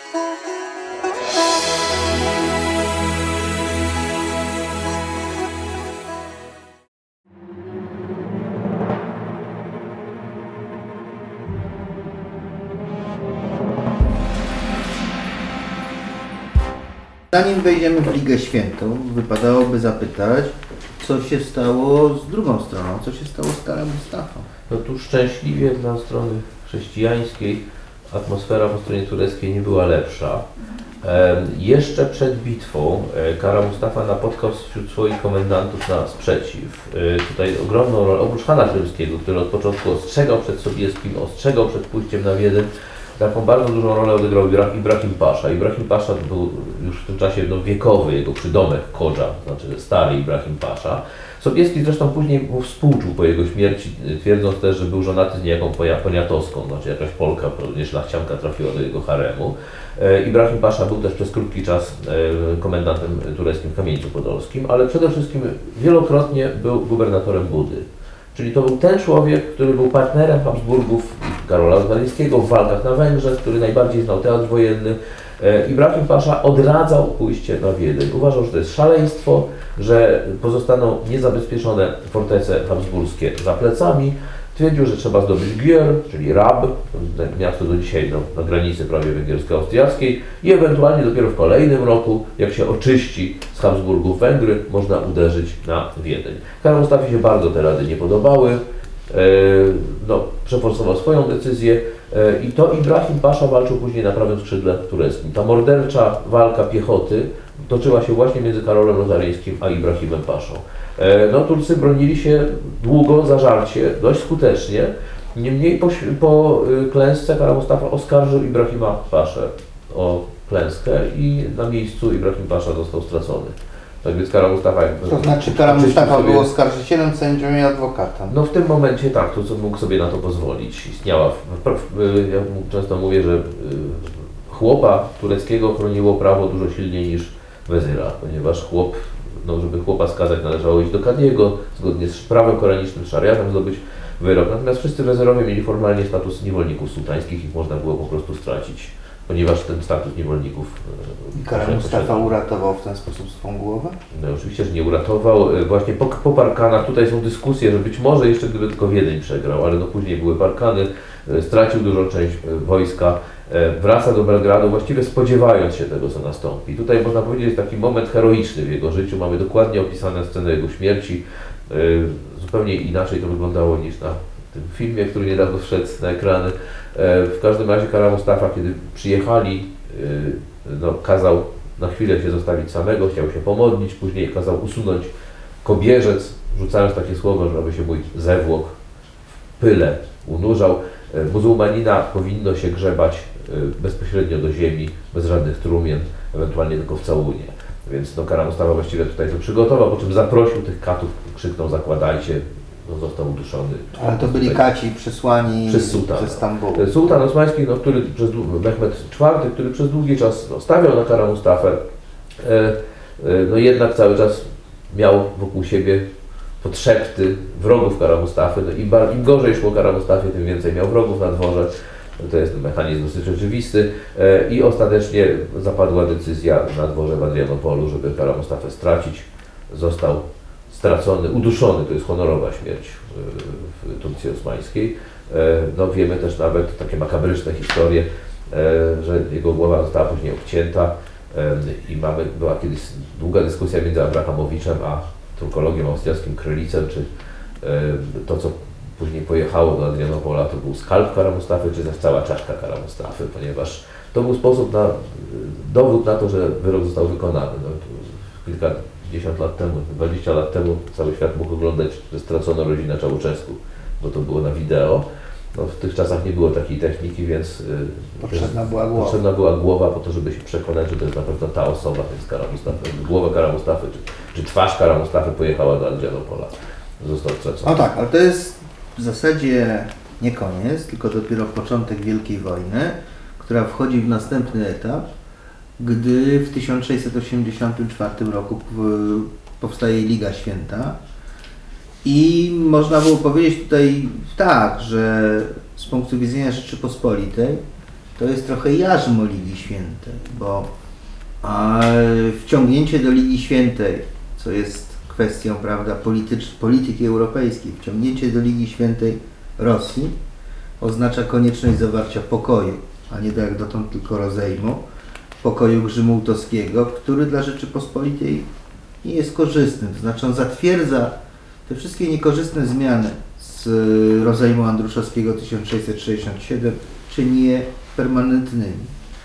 Zanim wejdziemy w Ligę Świętą, wypadałoby zapytać, co się stało z drugą stroną, co się stało z Karem Mustafą. No tu szczęśliwie dla strony chrześcijańskiej atmosfera po stronie tureckiej nie była lepsza. Jeszcze przed bitwą Kara Mustafa napotkał wśród swoich komendantów na sprzeciw. Tutaj ogromną rolę, oprócz Hana Krymskiego, który od początku ostrzegał przed Sobieskim, ostrzegał przed pójściem na Wiedeń, taką bardzo dużą rolę odegrał Ibrahim Pasza. Ibrahim Pasza to był już w tym czasie wiekowy, jego przydomek Kodża, znaczy stary Ibrahim Pasza. Sobieski zresztą później mu współczuł po jego śmierci, twierdząc też, że był żonaty z niejaką poniatowską, znaczy jakaś Polka, pewnie szlachcianka trafiła do jego haremu. Ibrahim Pasza był też przez krótki czas komendantem tureckim w Kamieńcu Podolskim, ale przede wszystkim wielokrotnie był gubernatorem Budy. Czyli to był ten człowiek, który był partnerem Habsburgów Karola Waryjskiego w walkach na Węgrzech, który najbardziej znał teatr wojenny. Ibrahim Pasza odradzał pójście na Wiedeń. Uważał, że to jest szaleństwo, że pozostaną niezabezpieczone fortece habsburskie za plecami. Twierdził, że trzeba zdobyć Győr, czyli Rab, miasto do dzisiaj na granicy prawie węgiersko-austriackiej i ewentualnie dopiero w kolejnym roku, jak się oczyści z Habsburgów Węgry, można uderzyć na Wiedeń. Karol Mustafie się bardzo te rady nie podobały, przeforsował swoją decyzję i to Ibrahim Pasza walczył później na prawym skrzydle tureckim. Ta mordercza walka piechoty toczyła się właśnie między Karolem Lotaryńskim a Ibrahimem Paszą. Turcy bronili się długo, zażarcie, dość skutecznie. Niemniej po klęsce Kara Mustafa oskarżył Ibrahima Paszę o klęskę i na miejscu Ibrahim Pasza został stracony. Tak więc Kara Mustafa... To znaczy Kara Mustafa był oskarżycielem, sędzią i adwokatem. No w tym momencie tak, to co mógł sobie na to pozwolić. Istniała, ja często mówię, że chłopa tureckiego chroniło prawo dużo silniej niż wezyra, ponieważ żeby chłopa skazać, należało iść do Kadiego, zgodnie z prawem koranicznym, szariatem zdobyć wyrok. Natomiast wszyscy wezyrowie mieli formalnie status niewolników sułtańskich, ich można było po prostu stracić, ponieważ ten status niewolników... I Kara Mustafa uratował w ten sposób swą głowę? No oczywiście, że nie uratował. Właśnie po Parkanach tutaj są dyskusje, że być może jeszcze gdyby tylko Wiedeń przegrał, ale później były Parkany, stracił dużą część wojska, wraca do Belgradu, właściwie spodziewając się tego, co nastąpi. Tutaj można powiedzieć, jest taki moment heroiczny w jego życiu, mamy dokładnie opisane sceny jego śmierci. Zupełnie inaczej to wyglądało niż na tym filmie, który niedawno wszedł na ekrany. W każdym razie Kara Mustafa, kiedy przyjechali, kazał na chwilę się zostawić samego, chciał się pomodlić, później kazał usunąć kobierzec, rzucając takie słowo, żeby się mój zewłok w pyle unurzał. Muzułmanina powinno się grzebać bezpośrednio do ziemi, bez żadnych trumien, ewentualnie tylko w całunie. Więc Kara Mustafa właściwie tutaj to przygotował, po czym zaprosił tych katów, krzyknął zakładajcie, został uduszony. Ale to byli kaci przysłani przez sułtana. Ze Stambułu. Sułtan osmański, Mehmed IV, który przez długi czas stawiał na Kara Mustafę, jednak cały czas miał wokół siebie podszepty wrogów Kara Mustafy. Im gorzej szło Kara Mustafie, tym więcej miał wrogów na dworze. To jest mechanizm dosyć oczywisty i ostatecznie zapadła decyzja na dworze w Adrianopolu, żeby Kara Mustafę stracić. Został stracony, uduszony, to jest honorowa śmierć w Turcji osmańskiej. Wiemy też nawet takie makabryczne historie, że jego głowa została później obcięta i była kiedyś długa dyskusja między Abrahamowiczem a turkologiem austriackim Krylicem, czy to, co później pojechało do Adrianopola, to był skalp Kara Mustafy, czy też cała czaszka Kara Mustafy, ponieważ to był sposób dowód na to, że wyrok został wykonany. Kilkadziesiąt lat temu, 20 lat temu cały świat mógł oglądać, że stracono rodzinę Czałczesku, bo to było na wideo. W tych czasach nie było takiej techniki, więc potrzebna była głowa po to, żeby się przekonać, że to jest na pewno ta osoba, to jest Kara Mustafy. Głowa Kara Mustafy, czy twarz Kara Mustafy pojechała do Adrianopola. Został stracony. No tak, ale to jest w zasadzie nie koniec, tylko dopiero początek Wielkiej Wojny, która wchodzi w następny etap, gdy w 1684 roku powstaje Liga Święta i można było powiedzieć tutaj tak, że z punktu widzenia Rzeczypospolitej to jest trochę jarzmo Ligi Świętej, bo wciągnięcie do Ligi Świętej, co jest kwestią, prawda, polityki europejskiej, wciągnięcie do Ligi Świętej Rosji oznacza konieczność zawarcia pokoju, a nie tak jak dotąd tylko rozejmu, pokoju grzymałtowskiego, który dla Rzeczypospolitej nie jest korzystny. To znaczy on zatwierdza te wszystkie niekorzystne zmiany z rozejmu andruszowskiego 1667, czyni je permanentnymi.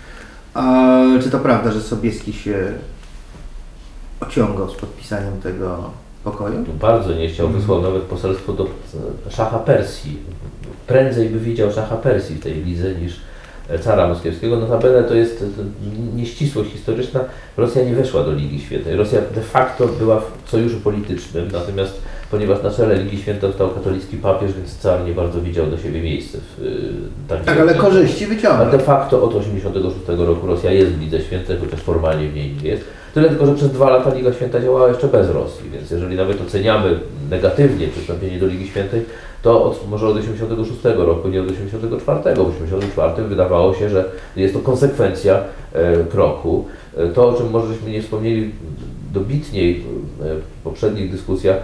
A czy to prawda, że Sobieski się ociągał z podpisaniem tego pokoju? Bardzo nie chciał, wysłał nawet poselstwo do szacha Persji. Prędzej by widział szacha Persji w tej lidze niż cara moskiewskiego. Notabene to jest nieścisłość historyczna. Rosja nie weszła do Ligi Świętej. Rosja de facto była w sojuszu politycznym, natomiast ponieważ na czele Ligi Świętej stał katolicki papież, więc car nie bardzo widział do siebie miejsce. Tak, ale korzyści wyciąga. A de facto od 1986 roku Rosja jest w Lidze Świętej, chociaż formalnie w niej nie jest. Tyle tylko, że przez 2 lata Liga Święta działała jeszcze bez Rosji, więc jeżeli nawet oceniamy negatywnie przystąpienie do Ligi Świętej, to może od 1986 roku, nie od 1984. W 1984 wydawało się, że jest to konsekwencja kroku. To, o czym może żeśmy nie wspomnieli dobitniej w poprzednich dyskusjach,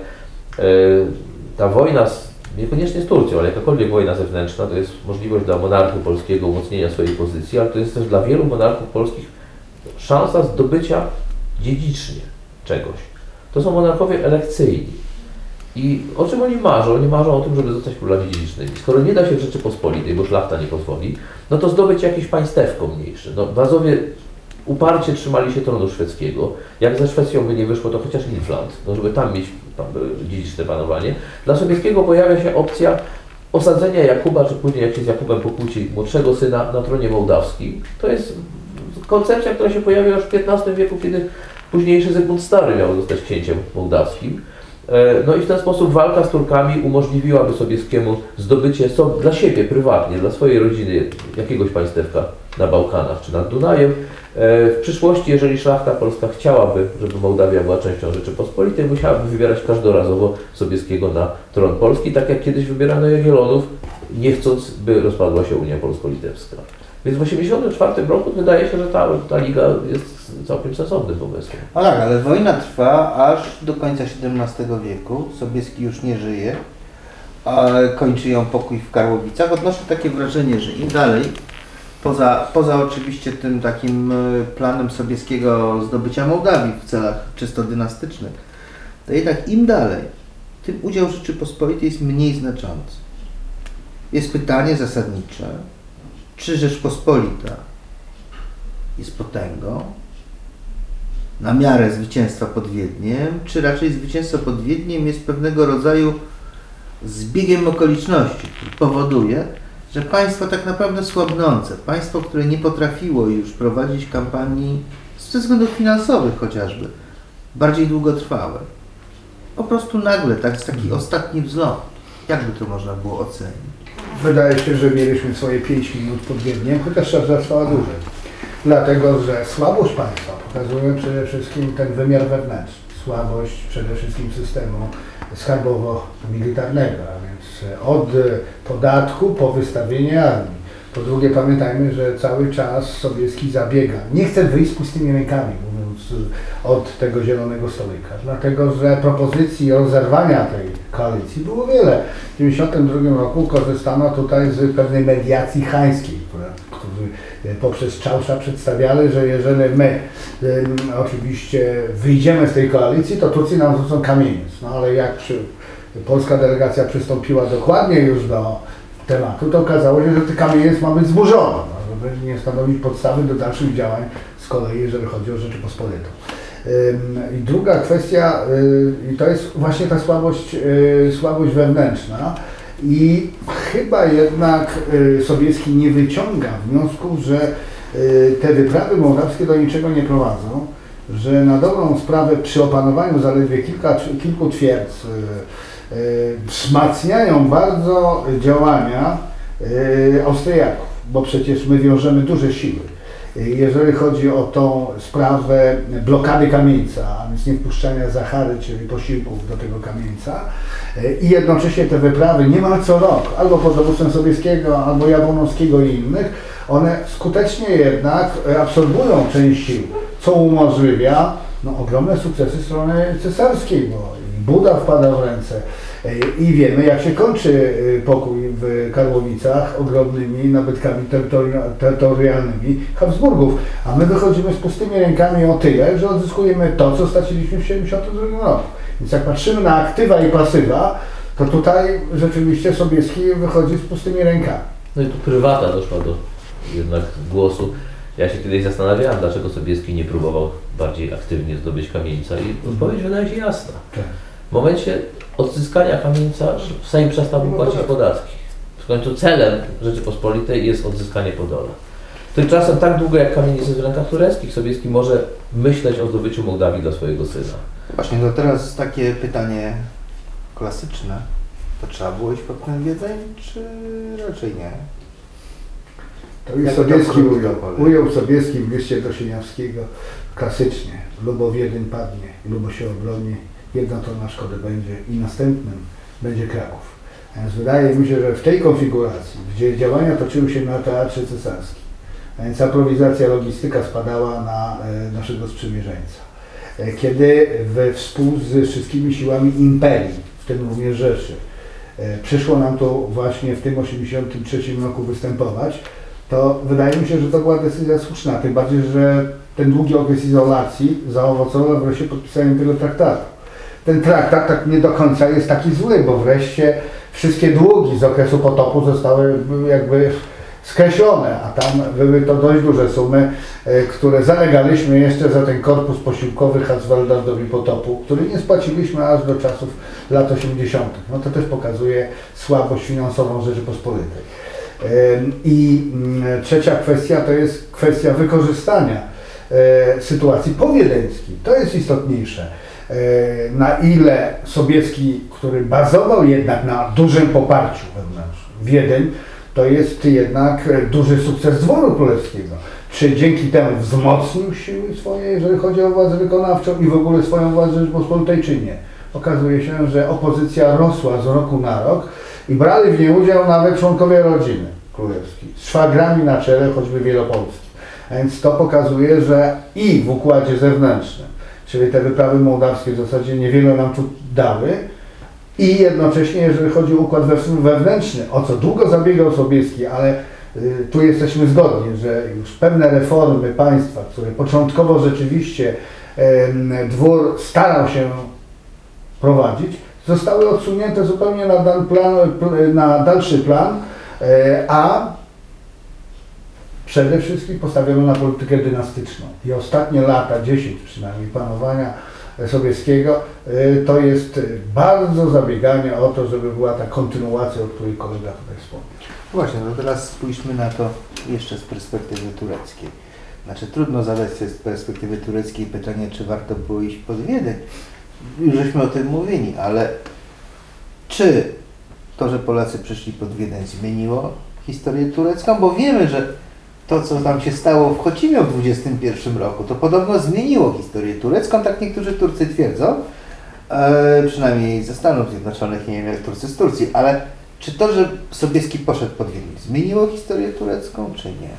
ta wojna, niekoniecznie z Turcją, ale jakakolwiek wojna zewnętrzna, to jest możliwość dla monarchy polskiego umocnienia swojej pozycji, ale to jest też dla wielu monarchów polskich szansa zdobycia dziedzicznie czegoś. To są monarchowie elekcyjni. I o czym oni marzą? Oni marzą o tym, żeby zostać królami dziedzicznymi. Skoro nie da się w Rzeczypospolitej, bo szlachta nie pozwoli, no to zdobyć jakieś państewko mniejsze. No, Wazowie uparcie trzymali się tronu szwedzkiego. Jak ze Szwecją by nie wyszło, to chociaż Infland, no żeby tam mieć dziedziczne panowanie. Dla Sobieskiego pojawia się opcja osadzenia Jakuba, czy później jak się z Jakubem pokłóci, młodszego syna na tronie mołdawskim. To jest koncepcja, która się pojawia już w XV wieku, kiedy późniejszy Zygmunt Stary miał zostać księciem mołdawskim. No i w ten sposób walka z Turkami umożliwiłaby Sobieskiemu zdobycie dla siebie prywatnie, dla swojej rodziny jakiegoś państewka na Bałkanach czy nad Dunajem. W przyszłości, jeżeli szlachta polska chciałaby, żeby Mołdawia była częścią Rzeczypospolitej, musiałaby wybierać każdorazowo Sobieskiego na tron Polski, tak jak kiedyś wybierano Jagiellonów, nie chcąc, by rozpadła się Unia Polsko-Litewska. Więc w 1984 roku wydaje się, że ta liga jest całkiem sensownym pomysłem. No tak, ale wojna trwa aż do końca XVII wieku. Sobieski już nie żyje, a kończy ją pokój w Karłowicach. Odnoszę takie wrażenie, że im dalej, poza oczywiście tym takim planem Sobieskiego zdobycia Mołdawii w celach czysto dynastycznych, to jednak im dalej, tym udział Rzeczypospolitej jest mniej znaczący. Jest pytanie zasadnicze, czy Rzeczpospolita jest potęgą na miarę zwycięstwa pod Wiedniem, czy raczej zwycięstwo pod Wiedniem jest pewnego rodzaju zbiegiem okoliczności, który powoduje, że państwo tak naprawdę słabnące, państwo, które nie potrafiło już prowadzić kampanii ze względów finansowych chociażby, bardziej długotrwałe, po prostu nagle, taki ostatni wzlot. Jakby to można było ocenić? Wydaje się, że mieliśmy swoje 5 minut pod Wiedniem, chociaż czas trwała dłużej. Dlatego, że słabość państwa pokazuje przede wszystkim ten wymiar wewnętrzny. Słabość przede wszystkim systemu skarbowo-militarnego, a więc od podatku po wystawienie armii. Po drugie, pamiętajmy, że cały czas Sobieski zabiega. Nie chce wyjść z pustymi rękami, mówiąc od tego zielonego stolika. Dlatego, że propozycji rozerwania tej koalicji było wiele. W 1992 roku korzystano tutaj z pewnej mediacji chańskiej, którzy poprzez Czausza przedstawiali, że jeżeli my oczywiście wyjdziemy z tej koalicji, to Turcy nam rzucą kamieniec. No ale jak polska delegacja przystąpiła dokładnie już do tematu, to okazało się, że ten kamieniec ma być zburzony, no, żeby nie stanowić podstawy do dalszych działań z kolei, jeżeli chodzi o Rzeczypospolitą. I druga kwestia, i to jest właśnie ta słabość wewnętrzna i chyba jednak Sobieski nie wyciąga wniosków, że te wyprawy mołdawskie do niczego nie prowadzą, że na dobrą sprawę przy opanowaniu zaledwie kilku twierdz wzmacniają bardzo działania Austriaków, bo przecież my wiążemy duże siły. Jeżeli chodzi o tą sprawę blokady kamieńca, a więc nie wpuszczania Zachary, czyli posiłków do tego kamieńca i jednocześnie te wyprawy niemal co rok, albo pod dowództwem Sobieskiego, albo Jabłonowskiego i innych, one skutecznie jednak absorbują część sił, co umożliwia ogromne sukcesy strony cesarskiej, bo i Buda wpada w ręce i wiemy, jak się kończy pokój w Karłowicach ogromnymi nabytkami terytorialnymi Habsburgów, a my wychodzimy z pustymi rękami o tyle, że odzyskujemy to, co straciliśmy w 1972 roku. Więc jak patrzymy na aktywa i pasywa, to tutaj rzeczywiście Sobieski wychodzi z pustymi rękami. No i tu prywata doszła do jednak głosu. Ja się kiedyś zastanawiałem, dlaczego Sobieski nie próbował bardziej aktywnie zdobyć Kamieńca i odpowiedź wydaje się jasna. W momencie odzyskania Kamieńca Sejm przestał płacić podatki. W końcu celem Rzeczypospolitej jest odzyskanie Podola. Tymczasem tak długo jak kamieniec jest w rękach tureckich, Sobieski może myśleć o zdobyciu Mołdawii dla swojego syna. Właśnie, no teraz takie pytanie klasyczne. To trzeba było iść pod ten Wiedeń, czy raczej nie? To już Sobieski ujął Sobieski w liście do Sieniawskiego klasycznie. Lubo Wiedeń padnie, lubo się obroni, jedna to na szkodę będzie i następnym będzie Kraków. A więc wydaje mi się, że w tej konfiguracji, gdzie działania toczyły się na teatrze cesarskim, a więc aprowizacja, logistyka spadała na naszego sprzymierzeńca. Kiedy wespół z wszystkimi siłami imperii, w tym również Rzeszy, przyszło nam to właśnie w tym 1983 roku występować, to wydaje mi się, że to była decyzja słuszna, tym bardziej, że ten długi okres izolacji zaowocował wreszcie podpisaniem tego traktatu. Ten traktat tak nie do końca jest taki zły, bo wreszcie wszystkie długi z okresu potopu zostały jakby skreślone, a tam były to dość duże sumy, które zalegaliśmy jeszcze za ten korpus posiłkowy Hatzfeldardowi potopu, który nie spłaciliśmy aż do czasów lat 80. No to też pokazuje słabość finansową Rzeczypospolitej. I trzecia kwestia to jest kwestia wykorzystania sytuacji powiedeńskiej. To jest istotniejsze. Na ile Sobieski, który bazował jednak na dużym poparciu wewnętrznym, Wiedeń, to jest jednak duży sukces dworu królewskiego. Czy dzięki temu wzmocnił siły swoje, jeżeli chodzi o władzę wykonawczą i w ogóle swoją władzę Rzeczypospolitej, czy nie? Okazuje się, że opozycja rosła z roku na rok i brali w niej udział nawet członkowie rodziny królewskiej, z szwagrami na czele, choćby wielopolskim. A więc to pokazuje, że i w układzie zewnętrznym, czyli te wyprawy mołdawskie w zasadzie niewiele nam tu dały, i jednocześnie, jeżeli chodzi o układ wewnętrzny, o co długo zabiegał Sobieski, ale tu jesteśmy zgodni, że już pewne reformy państwa, które początkowo rzeczywiście dwór starał się prowadzić, zostały odsunięte zupełnie na dalszy plan, a przede wszystkim postawiono na politykę dynastyczną. I ostatnie lata, 10 przynajmniej, panowania Sobieskiego, to jest bardzo zabieganie o to, żeby była ta kontynuacja, o której kolega tutaj wspomniał. Właśnie, no teraz spójrzmy na to jeszcze z perspektywy tureckiej. Znaczy trudno zadać sobie z perspektywy tureckiej pytanie, czy warto było iść pod Wiedeń. Już żeśmy o tym mówili, ale czy to, że Polacy przyszli pod Wiedeń, zmieniło historię turecką? Bo wiemy, że to, co tam się stało w Chocimiu w 21 roku, to podobno zmieniło historię turecką, tak niektórzy Turcy twierdzą, przynajmniej ze Stanów Zjednoczonych, nie wiem jak Turcy z Turcji, ale czy to, że Sobieski poszedł pod Wiedeń, zmieniło historię turecką, czy nie?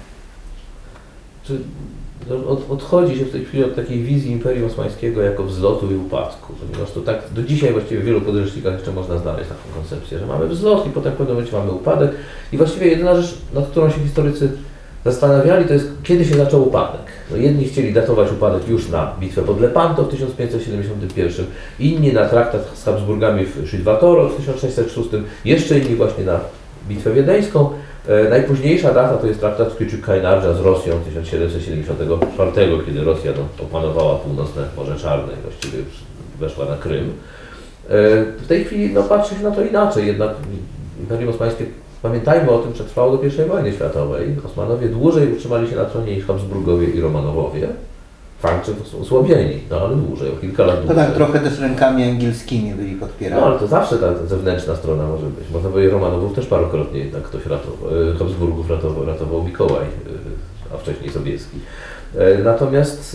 Odchodzi się w tej chwili od takiej wizji Imperium Osmańskiego jako wzlotu i upadku, ponieważ to tak do dzisiaj właściwie w wielu podręcznikach jeszcze można znaleźć taką koncepcję, że mamy wzlot i potem w pewnym momencie mamy upadek i właściwie jedyna rzecz, nad którą się historycy zastanawiali, to jest kiedy się zaczął upadek. No, jedni chcieli datować upadek już na bitwę pod Lepanto w 1571, inni na traktat z Habsburgami w Schidwattoro w 1606, jeszcze inni właśnie na bitwę wiedeńską. Najpóźniejsza data to jest traktat w Küçük-Kaynarca z Rosją 1774, kiedy Rosja opanowała północne Morze Czarne i właściwie już weszła na Krym. W tej chwili patrzy się na to inaczej, jednak Imperium Osmańskie, pamiętajmy o tym, przetrwało do I wojny światowej. Osmanowie dłużej utrzymali się na tronie niż Habsburgowie i Romanowowie. Francy osłabieni, ale dłużej, o kilka lat dłużej. To tak trochę też rękami angielskimi byli podpierani. No ale to zawsze ta zewnętrzna strona może być. Można powiedzieć, Romanowów też parokrotnie jednak ktoś ratował, Habsburgów ratował Mikołaj, a wcześniej Sobieski. Natomiast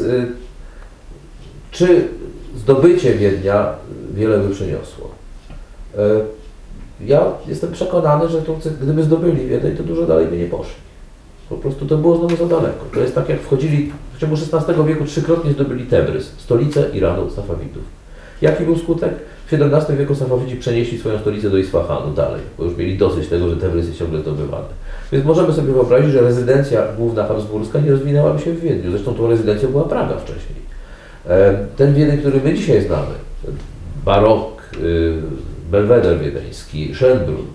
czy zdobycie Wiednia wiele by przyniosło? Ja jestem przekonany, że Turcy, gdyby zdobyli Wiedeń, to dużo dalej by nie poszli. Po prostu to było znowu za daleko. To jest tak, jak wchodzili w ciągu XVI wieku trzykrotnie zdobyli Tebrys, stolicę Iranu Safawidów. Jaki był skutek? W XVII wieku Safawidzi przenieśli swoją stolicę do Isfahanu dalej, bo już mieli dosyć tego, że Tebrys jest ciągle zdobywany. Więc możemy sobie wyobrazić, że rezydencja główna habsburska nie rozwinęłaby się w Wiedniu. Zresztą tą rezydencją była Praga wcześniej. Ten Wiedeń, który my dzisiaj znamy, barok, Belweder wiedeński, Schönbrunn,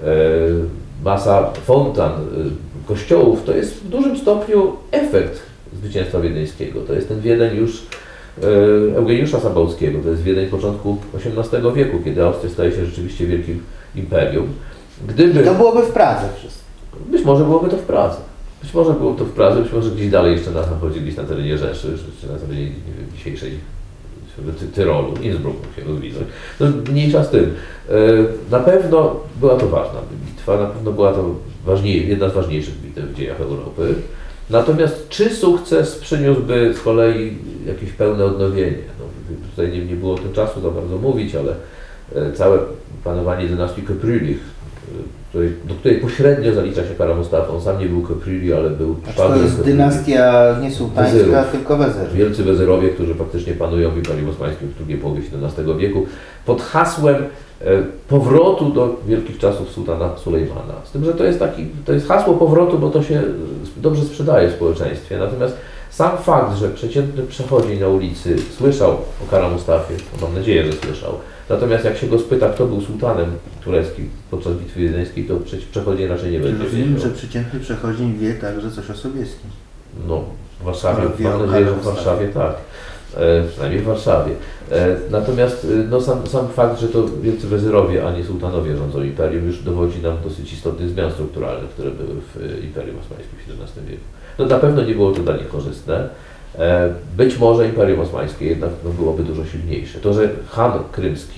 masa fontan, kościołów, to jest w dużym stopniu efekt zwycięstwa wiedeńskiego. To jest ten Wiedeń już Eugeniusza Sabałckiego, to jest Wiedeń początku XVIII wieku, kiedy Austria staje się rzeczywiście wielkim imperium. Gdyby... To byłoby w Pradze wszystko. Być może byłoby to w Pradze. Być może było to w Pradze, być może gdzieś dalej jeszcze na zachodzie, gdzieś na terenie Rzeszy, czy na terenie dzisiejszej Tyrolu, Innsbruck się rozwinąć. No, mniejsza z tym. Na pewno była to ważna bitwa, na pewno była to jedna z ważniejszych bitew w dziejach Europy. Natomiast czy sukces przyniósłby z kolei jakieś pełne odnowienie? No, tutaj nie było o tym czasu za bardzo mówić, ale całe panowanie dynastii Köprülich, do której pośrednio zalicza się Kara Mustafa. On sam nie był Köprüli, ale był to jest dynastia nie sułtańska, tylko Wezer. Wielcy Wezerowie, którzy faktycznie panują w Imperium Osmańskim w drugiej połowie XVII wieku pod hasłem powrotu do wielkich czasów sułtana Sulejmana. Z tym, że to jest hasło powrotu, bo to się dobrze sprzedaje w społeczeństwie. Natomiast sam fakt, że przeciętny przechodzień na ulicy słyszał o Kara Mustafie, mam nadzieję, że słyszał. Natomiast jak się go spyta, kto był sułtanem tureckim podczas bitwy wiedeńskiej, to przechodzień raczej nie będzie wiedział. wiedział. Że przeciętny przechodzień wie także coś o Sobieskim. No, w Warszawie, mam nadzieję, że w Warszawie tak. Przynajmniej w Warszawie. Natomiast no, sam fakt, że to wielcy wezyrowie, a nie sułtanowie rządzą imperium, już dowodzi nam dosyć istotnych zmian strukturalnych, które były w Imperium Osmańskim w XVII wieku. No, na pewno nie było to dla nich korzystne. Być może Imperium Osmańskie jednak byłoby dużo silniejsze. To, że Han krymski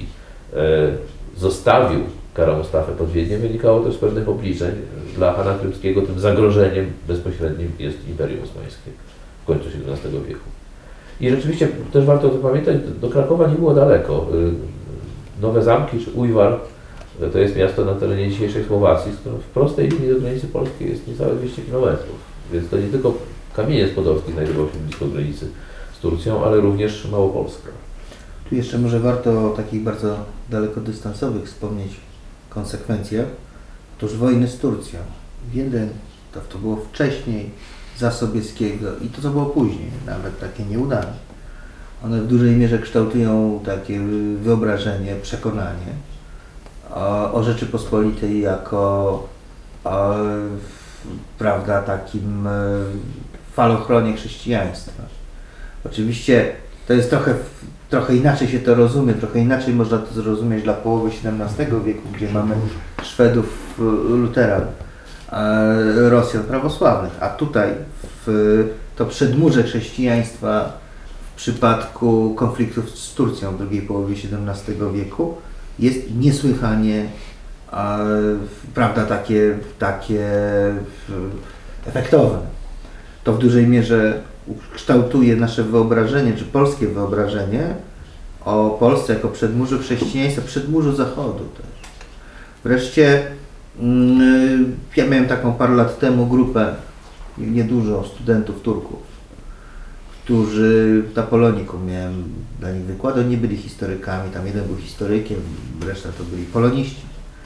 zostawił Kara Mustafę pod Wiedniem, wynikało też z pewnych obliczeń. Dla Hana krymskiego tym zagrożeniem bezpośrednim jest Imperium Osmańskie w końcu XVII wieku. I rzeczywiście też warto o tym pamiętać, do Krakowa nie było daleko. Nowe Zamki czy Ujwar to jest miasto na terenie dzisiejszej Słowacji, z którym w prostej linii do granicy polskiej jest niecałe 200 km. Więc to nie tylko Kamieniec Podolski znajdował się blisko granicy z Turcją, ale również Małopolska. Tu jeszcze może warto o takich bardzo dalekodystansowych wspomnieć konsekwencjach. Otóż wojny z Turcją. Wiedeń to było wcześniej za Sobieskiego i to, co było później, nawet takie nieudane. One w dużej mierze kształtują takie wyobrażenie, przekonanie o Rzeczypospolitej jako prawda, takim falochronie chrześcijaństwa. Oczywiście to jest trochę inaczej się to rozumie, trochę inaczej można to zrozumieć dla połowy XVII wieku, gdzie mamy Szwedów, luteran, Rosjan prawosławnych, a tutaj to przedmurze chrześcijaństwa w przypadku konfliktów z Turcją w drugiej połowie XVII wieku jest niesłychanie prawda, takie efektowne. To w dużej mierze kształtuje nasze wyobrażenie, czy polskie wyobrażenie o Polsce jako przedmurzu chrześcijaństwa, przedmurzu Zachodu też. Wreszcie ja miałem taką parę lat temu grupę, niedużo studentów Turków, którzy na Polonikum miałem dla nich wykłady, oni nie byli historykami, tam jeden był historykiem, reszta to byli poloniści.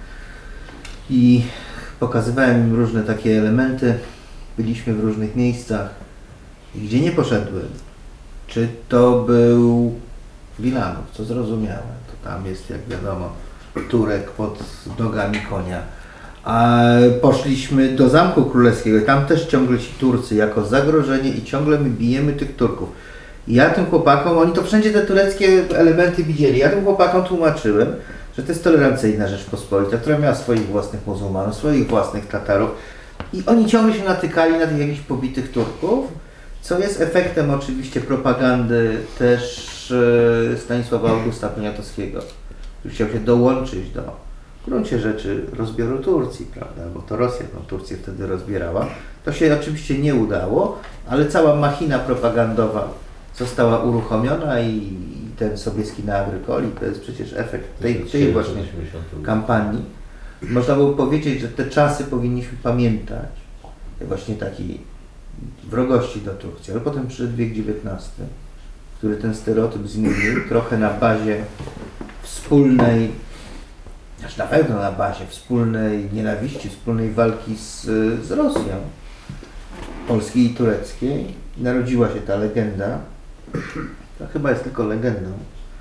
I pokazywałem im różne takie elementy, byliśmy w różnych miejscach i gdzie nie poszedłem, czy to był Wilanów, co zrozumiałe, to tam jest, jak wiadomo, Turek pod nogami konia. A poszliśmy do Zamku Królewskiego i tam też ciągle ci Turcy jako zagrożenie i ciągle my bijemy tych Turków. I ja tym chłopakom, oni to wszędzie te tureckie elementy widzieli, ja tym chłopakom tłumaczyłem, że to jest tolerancyjna Rzeczpospolita, która miała swoich własnych muzułmanów, swoich własnych Tatarów i oni ciągle się natykali na tych jakichś pobitych Turków, co jest efektem oczywiście propagandy też Stanisława Augusta Poniatowskiego, który chciał się dołączyć do w gruncie rzeczy rozbioru Turcji, prawda, bo to Rosja tą Turcję wtedy rozbierała. To się oczywiście nie udało, ale cała machina propagandowa została uruchomiona i ten Sobieski na Agrykoli to jest przecież efekt tej właśnie kampanii. Można było powiedzieć, że te czasy powinniśmy pamiętać właśnie takiej wrogości do Turcji, ale potem przyszedł wiek XIX, który ten stereotyp zmienił trochę na bazie wspólnej, aż na pewno na bazie wspólnej nienawiści, wspólnej walki z Rosją polskiej i tureckiej. Narodziła się ta legenda, to chyba jest tylko legendą,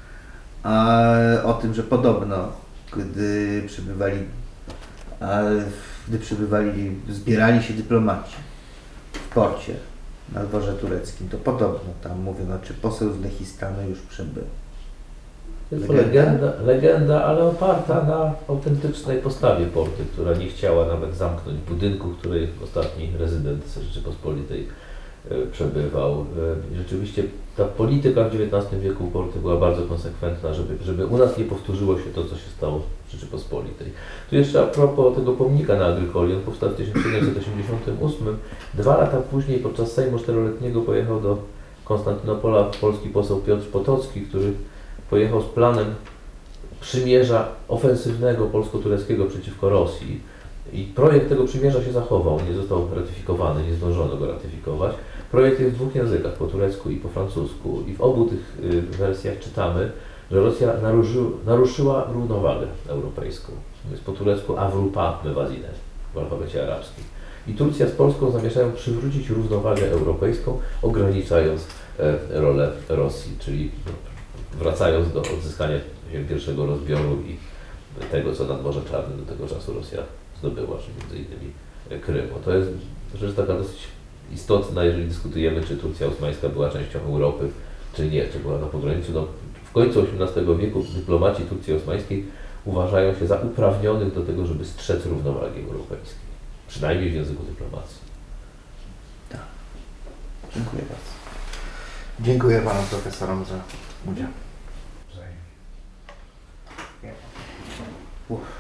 o tym, że podobno, gdy zbierali się dyplomaci w porcie na dworze tureckim, to podobno tam mówiono, czy poseł z Lechistanu już przybył. Jest to legenda, ale oparta na autentycznej postawie porty, która nie chciała nawet zamknąć budynku, w której ostatni rezydent Rzeczypospolitej przebywał. Rzeczywiście ta polityka w XIX wieku porty była bardzo konsekwentna, żeby u nas nie powtórzyło się to, co się stało w Rzeczypospolitej. Tu jeszcze a propos tego pomnika na Agrykoli, on powstał w 1788. 2 lata później podczas Sejmu 4-letniego pojechał do Konstantynopola polski poseł Piotr Potocki, który pojechał z planem przymierza ofensywnego polsko-tureckiego przeciwko Rosji. I projekt tego przymierza się zachował, nie został ratyfikowany, nie zdążono go ratyfikować. Projekt jest w 2 językach, po turecku i po francusku. I w obu tych wersjach czytamy, że Rosja naruszyła równowagę europejską. Jest po turecku Avrupa Mevazine w alfabecie arabskim. I Turcja z Polską zamierzają przywrócić równowagę europejską, ograniczając rolę Rosji, czyli wracając do odzyskania pierwszego rozbioru i tego, co na Morzu Czarnym do tego czasu Rosja zdobyła, czyli między innymi Krymu. To jest rzecz taka dosyć istotna, jeżeli dyskutujemy, czy Turcja osmańska była częścią Europy, czy nie, czy była na pograniczu. No, w końcu XVIII wieku dyplomaci Turcji osmańskiej uważają się za uprawnionych do tego, żeby strzec równowagi europejskiej. Przynajmniej w języku dyplomacji. Tak. Dziękuję bardzo. Dziękuję Panu Profesorom za udział. Wzajemnie. Uff.